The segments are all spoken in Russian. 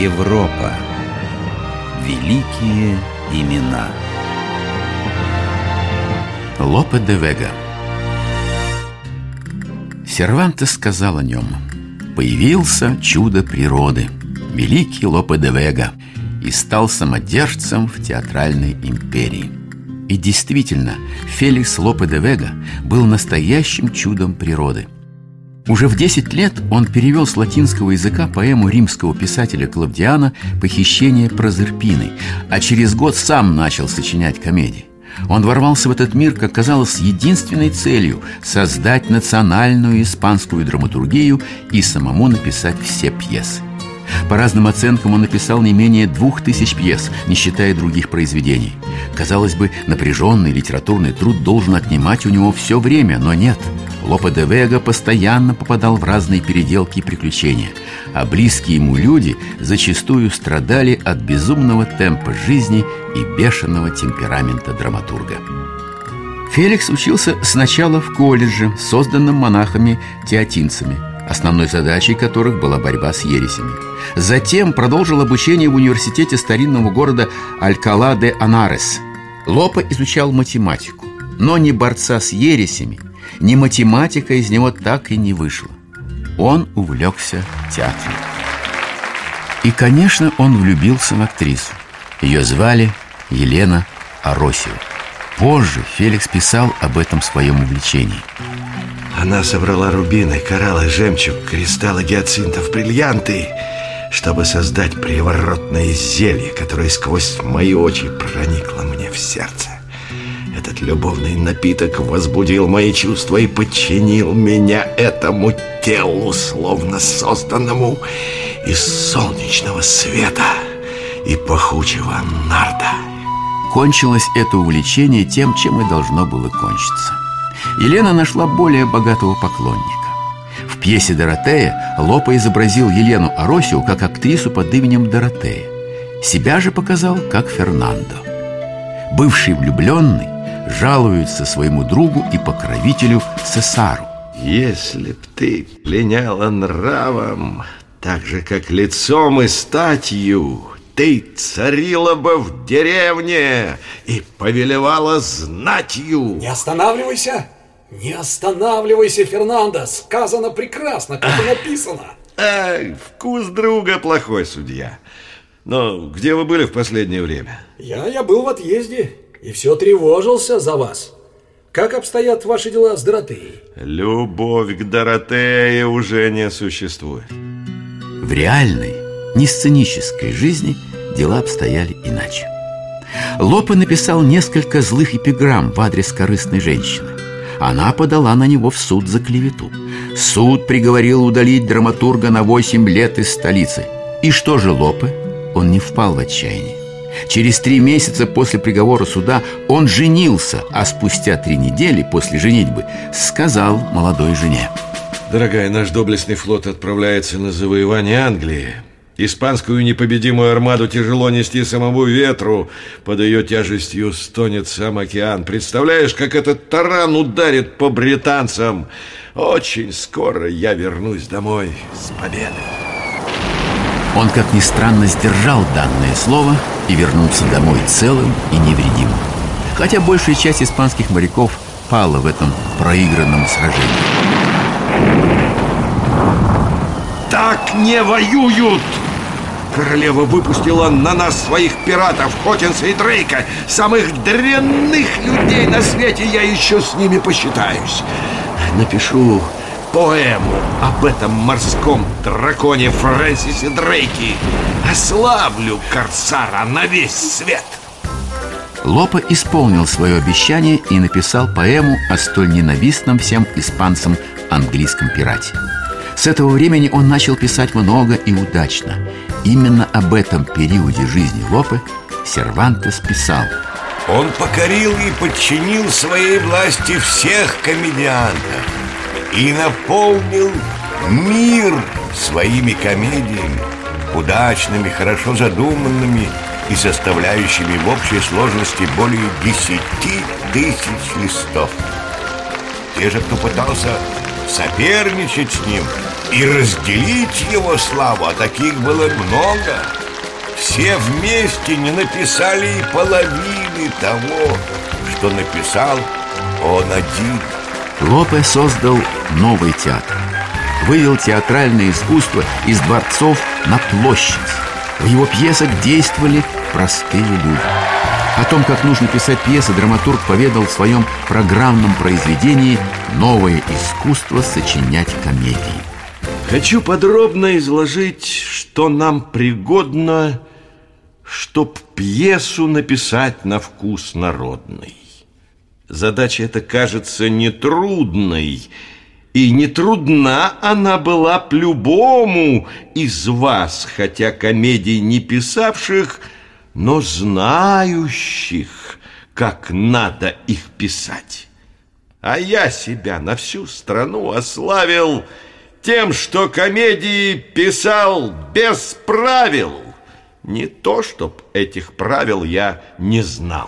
Европа. Великие имена. Лопе де Вега. Сервантес сказал о нем: появился чудо природы, великий Лопе де Вега, и стал самодержцем в театральной империи. И действительно, Феликс Лопе де Вега был настоящим чудом природы. Уже в 10 лет он перевел с латинского языка поэму римского писателя Клавдиана «Похищение Прозерпины», а через год сам начал сочинять комедии. Он ворвался в этот мир, как казалось, с единственной целью – создать национальную испанскую драматургию и самому написать все пьесы. По разным оценкам он написал не менее 2000 пьес, не считая других произведений. Казалось бы, напряженный литературный труд должен отнимать у него все время, но нет. Лопе де Вега постоянно попадал в разные переделки и приключения, а близкие ему люди зачастую страдали от безумного темпа жизни и бешеного темперамента драматурга. Феликс учился сначала в колледже, созданном монахами-теотинцами, основной задачей которых была борьба с ересями. Затем продолжил обучение в университете старинного города Алькала де Анарес. Лопе изучал математику, но ни борца с ересями, ни математика из него так и не вышла. Он увлекся театром. И, конечно, он влюбился в актрису. Ее звали Елена Аросио. Позже Феликс писал об этом своем увлечении. Она собрала рубины, кораллы, жемчуг, кристаллы гиацинтов, бриллианты, чтобы создать приворотное зелье, которое сквозь мои очи проникло мне в сердце. Этот любовный напиток возбудил мои чувства и подчинил меня этому телу, словно созданному из солнечного света и пахучего нарда. Кончилось это увлечение тем, чем и должно было кончиться. Елена нашла более богатого поклонника. В пьесе «Доротея» Лопе изобразил Елену Аросио как актрису под именем Доротея. Себя же показал как Фернандо. Бывший влюбленный жалуется своему другу и покровителю Сесару. Если б ты пленяла нравом, так же, как лицом и статью, ты царила бы в деревне и повелевала знатью. Не останавливайся! Не останавливайся, Фернандо! Сказано прекрасно, как и написано. Вкус друга плохой, судья. Но где вы были в последнее время? Я был в отъезде и все тревожился за вас. Как обстоят ваши дела с Доротеей? Любовь к Доротее уже не существует. В реальной, не сценической жизни дела обстояли иначе. Лопе написал несколько злых эпиграмм в адрес корыстной женщины. Она подала на него в суд за клевету. Суд приговорил удалить драматурга на 8 лет из столицы. И что же Лопе? Он не впал в отчаяние. Через 3 месяца после приговора суда он женился, а спустя 3 недели после женитьбы сказал молодой жене: дорогая, наш доблестный флот отправляется на завоевание Англии. Испанскую непобедимую армаду тяжело нести самому ветру. Под ее тяжестью стонет сам океан. Представляешь, как этот таран ударит по британцам? Очень скоро я вернусь домой с победой. Он, как ни странно, сдержал данное слово и вернулся домой целым и невредимым. Хотя большая часть испанских моряков пала в этом проигранном сражении. Так не воюют! Королева выпустила на нас своих пиратов, Хотинса и Дрейка. Самых дрянных людей на свете. Я еще с ними посчитаюсь. Напишу поэму об этом морском драконе Фрэнсисе Дрейке. Ославлю корсара на весь свет. Лопе исполнил свое обещание и написал поэму о столь ненавистном всем испанцам английском пирате. С этого времени он начал писать много и удачно. Именно об этом периоде жизни Лопе Сервантес писал: он покорил и подчинил своей власти всех комедиантов и наполнил мир своими комедиями, удачными, хорошо задуманными и составляющими в общей сложности более 10 000 листов. Те же, кто пытался соперничать с ним, и разделить его славу, а таких было много. Все вместе не написали и половины того, что написал он один. Лопе создал новый театр, вывел театральное искусство из дворцов на площадь. В его пьесах действовали простые люди. О том, как нужно писать пьесы, драматург поведал в своем программном произведении «Новое искусство сочинять комедии». Хочу подробно изложить, что нам пригодно, чтоб пьесу написать на вкус народный. Задача эта кажется нетрудной, и не трудна она была б любому из вас, хотя комедий не писавших, но знающих, как надо их писать. А я себя на всю страну ославил тем, что комедии писал без правил. Не то, чтоб этих правил я не знал.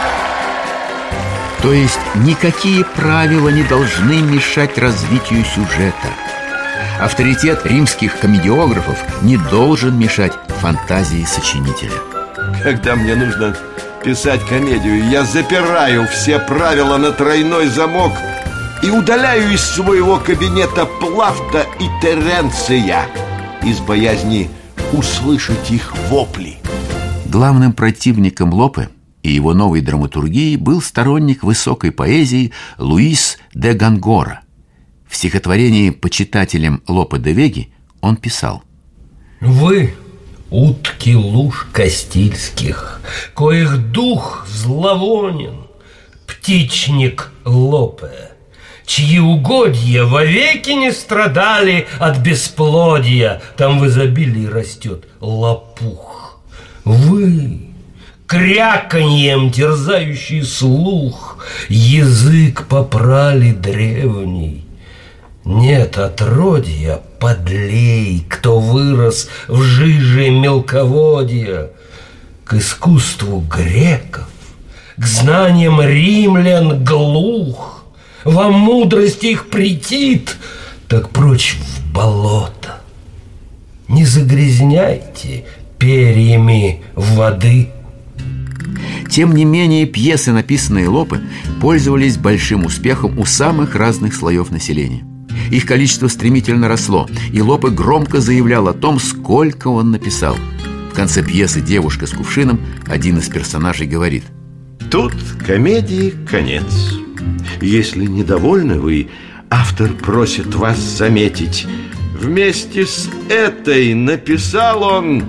То есть никакие правила не должны мешать развитию сюжета. Авторитет римских комедиографов не должен мешать фантазии сочинителя. Когда мне нужно писать комедию, я запираю все правила на тройной замок и удаляю из своего кабинета Плафта и Теренция из боязни услышать их вопли. Главным противником Лопе и его новой драматургии был сторонник высокой поэзии Луис де Гонгора. В стихотворении «Почитателям Лопе де Веги» он писал: «Вы, утки луж Кастильских, коих дух зловонен, птичник Лопе, чьи угодья вовеки не страдали от бесплодия, там в изобилии растет лопух. Вы, кряканьем терзающий слух, язык попрали древний. Нет отродья подлей, кто вырос в жиже мелководья. К искусству греков, к знаниям римлян глух. Вам мудрость их претит, так прочь в болото. Не загрязняйте перьями воды». Тем не менее, пьесы, написанные Лопе, пользовались большим успехом у самых разных слоев населения. Их количество стремительно росло, и Лопе громко заявлял о том, сколько он написал. В конце пьесы «Девушка с кувшином» один из персонажей говорит: Тут комедии конец. Если недовольны вы, автор просит вас заметить, вместе с этой написал он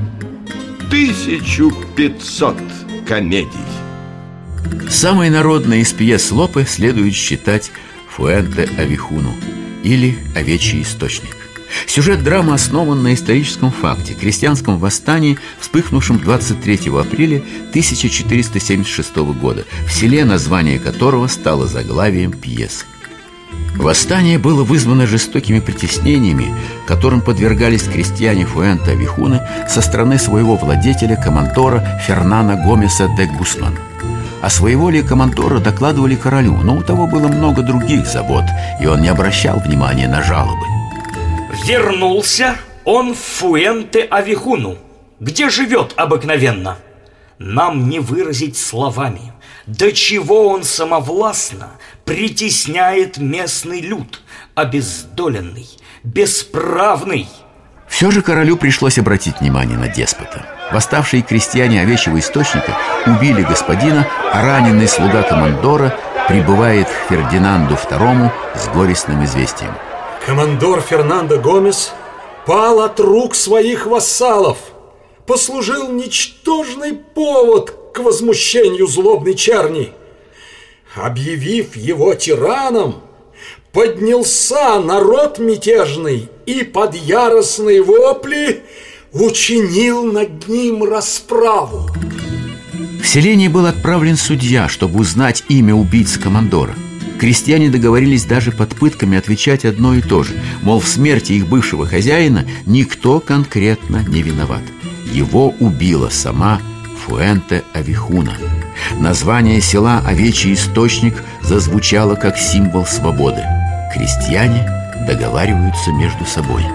1500 комедий. Самой народной из пьес Лопе следует считать «Фуэнте Авихуну» или «Овечий источник». Сюжет драмы основан на историческом факте – крестьянском восстании, вспыхнувшем 23 апреля 1476 года, в селе, название которого стало заглавием пьесы. Восстание было вызвано жестокими притеснениями, которым подвергались крестьяне Фуэнте Авихуны со стороны своего владетеля, командора Фернана Гомеса де Гусмана. О своеволии командора докладывали королю, но у того было много других забот, и он не обращал внимания на жалобы. Вернулся он в Фуэнте Авихуну, где живет обыкновенно. Нам не выразить словами, до чего он самовластно притесняет местный люд, обездоленный, бесправный. Все же королю пришлось обратить внимание на деспота. Восставшие крестьяне Овечьего источника убили господина, а раненый слуга командора прибывает к Фердинанду II с горестным известием. Командор Фернандо Гомес пал от рук своих вассалов. Послужил ничтожный повод к возмущению злобной черни. Объявив его тираном, поднялся народ мятежный и под яростные вопли учинил над ним расправу. В селение был отправлен судья, чтобы узнать имя убийцы командора. Крестьяне договорились даже под пытками отвечать одно и то же, мол, в смерти их бывшего хозяина никто конкретно не виноват. Его убила сама Фуэнте Авихуна. Название села Овечий источник зазвучало как символ свободы. Крестьяне договариваются между собой.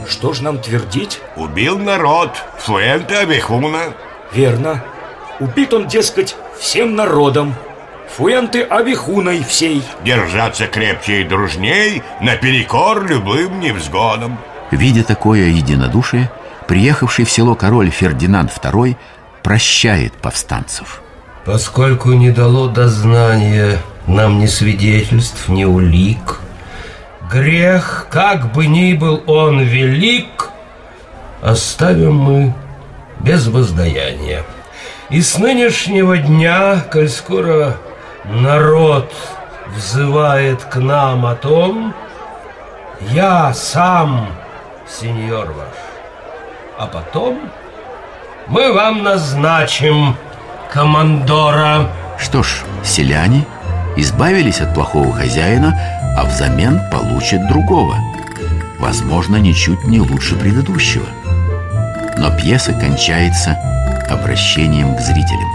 Что ж нам твердить? Убил народ Фуэнте-Авихуна. Верно. Убит он, дескать, всем народом, Фуэнте-Авихуной всей. Держаться крепче и дружней наперекор любым невзгодам. Видя такое единодушие, приехавший в село король Фердинанд II прощает повстанцев. Поскольку не дало дознания нам ни свидетельств, ни улик, грех, как бы ни был он велик, оставим мы без воздаяния. И с нынешнего дня, коль скоро народ взывает к нам о том, я сам, сеньор ваш, а потом мы вам назначим командора. Что ж, селяне избавились от плохого хозяина, а взамен получат другого, возможно, ничуть не лучше предыдущего. Но пьеса кончается обращением к зрителям.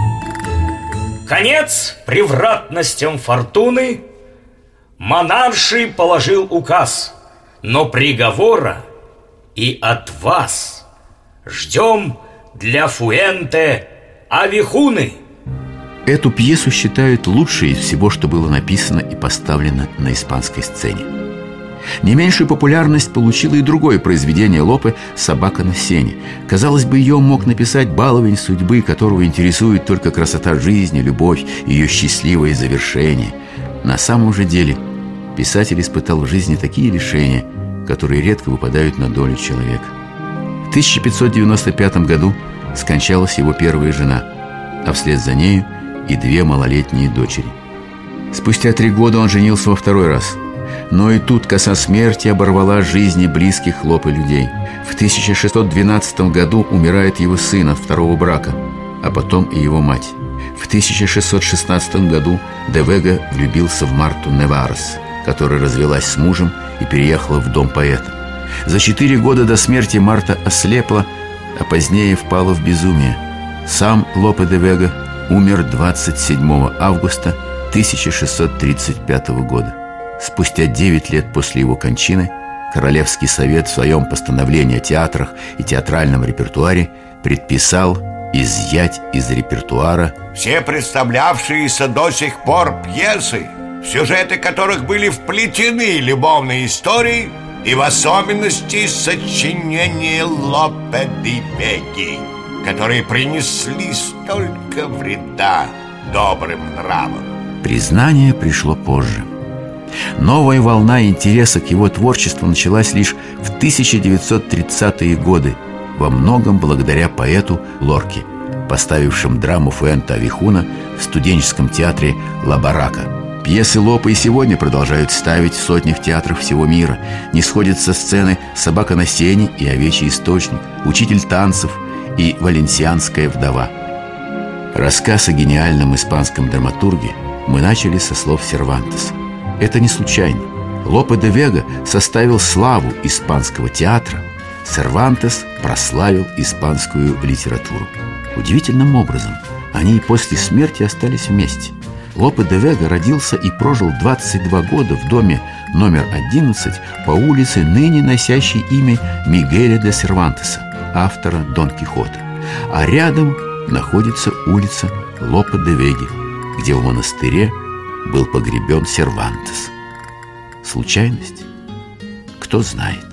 Конец превратностям фортуны. Монарший положил указ, но приговора и от вас ждем для Фуэнте-Авихуны. Эту пьесу считают лучшей из всего, что было написано и поставлено на испанской сцене. Не меньшую популярность получило и другое произведение Лопе «Собака на сене». Казалось бы, ее мог написать баловень судьбы, которого интересует только красота жизни, любовь и ее счастливое завершение. На самом же деле писатель испытал в жизни такие лишения, которые редко выпадают на долю человека. В 1595 году скончалась его первая жена, а вслед за нею и 2 малолетние дочери. Спустя 3 года он женился во второй раз. Но и тут коса смерти оборвала жизни близких Лопе людей. В 1612 году умирает его сын от второго брака, а потом и его мать. В 1616 году де Вега влюбился в Марту Неварес, которая развелась с мужем и переехала в дом поэта. За 4 года до смерти Марта ослепла, а позднее впала в безумие. Сам Лопе де Вега умер 27 августа 1635 года. Спустя 9 лет после его кончины Королевский совет в своем постановлении о театрах и театральном репертуаре предписал изъять из репертуара все представлявшиеся до сих пор пьесы, сюжеты которых были вплетены любовной историей, и в особенности сочинения Лопе де Веги, которые принесли столько вреда добрым нравам. Признание пришло позже. Новая волна интереса к его творчеству началась лишь в 1930-е годы, во многом благодаря поэту Лорке, поставившим драму Фуэнте-Авихуна в студенческом театре Ла Барака. Пьесы Лопе и сегодня продолжают ставить в сотнях театров всего мира. Не сходят со сцены «Собака на сене» и «Овечий источник», «Учитель танцев» и «Валенсианская вдова». Рассказ о гениальном испанском драматурге мы начали со слов Сервантеса. Это не случайно. Лопе де Вега составил славу испанского театра. Сервантес прославил испанскую литературу. Удивительным образом они и после смерти остались вместе. Лопе де Вега родился и прожил 22 года в доме номер 11 по улице, ныне носящей имя Мигеля де Сервантеса, автора Дон Кихота. А рядом находится улица Лопе де Веги, где в монастыре был погребен Сервантес. Случайность? Кто знает.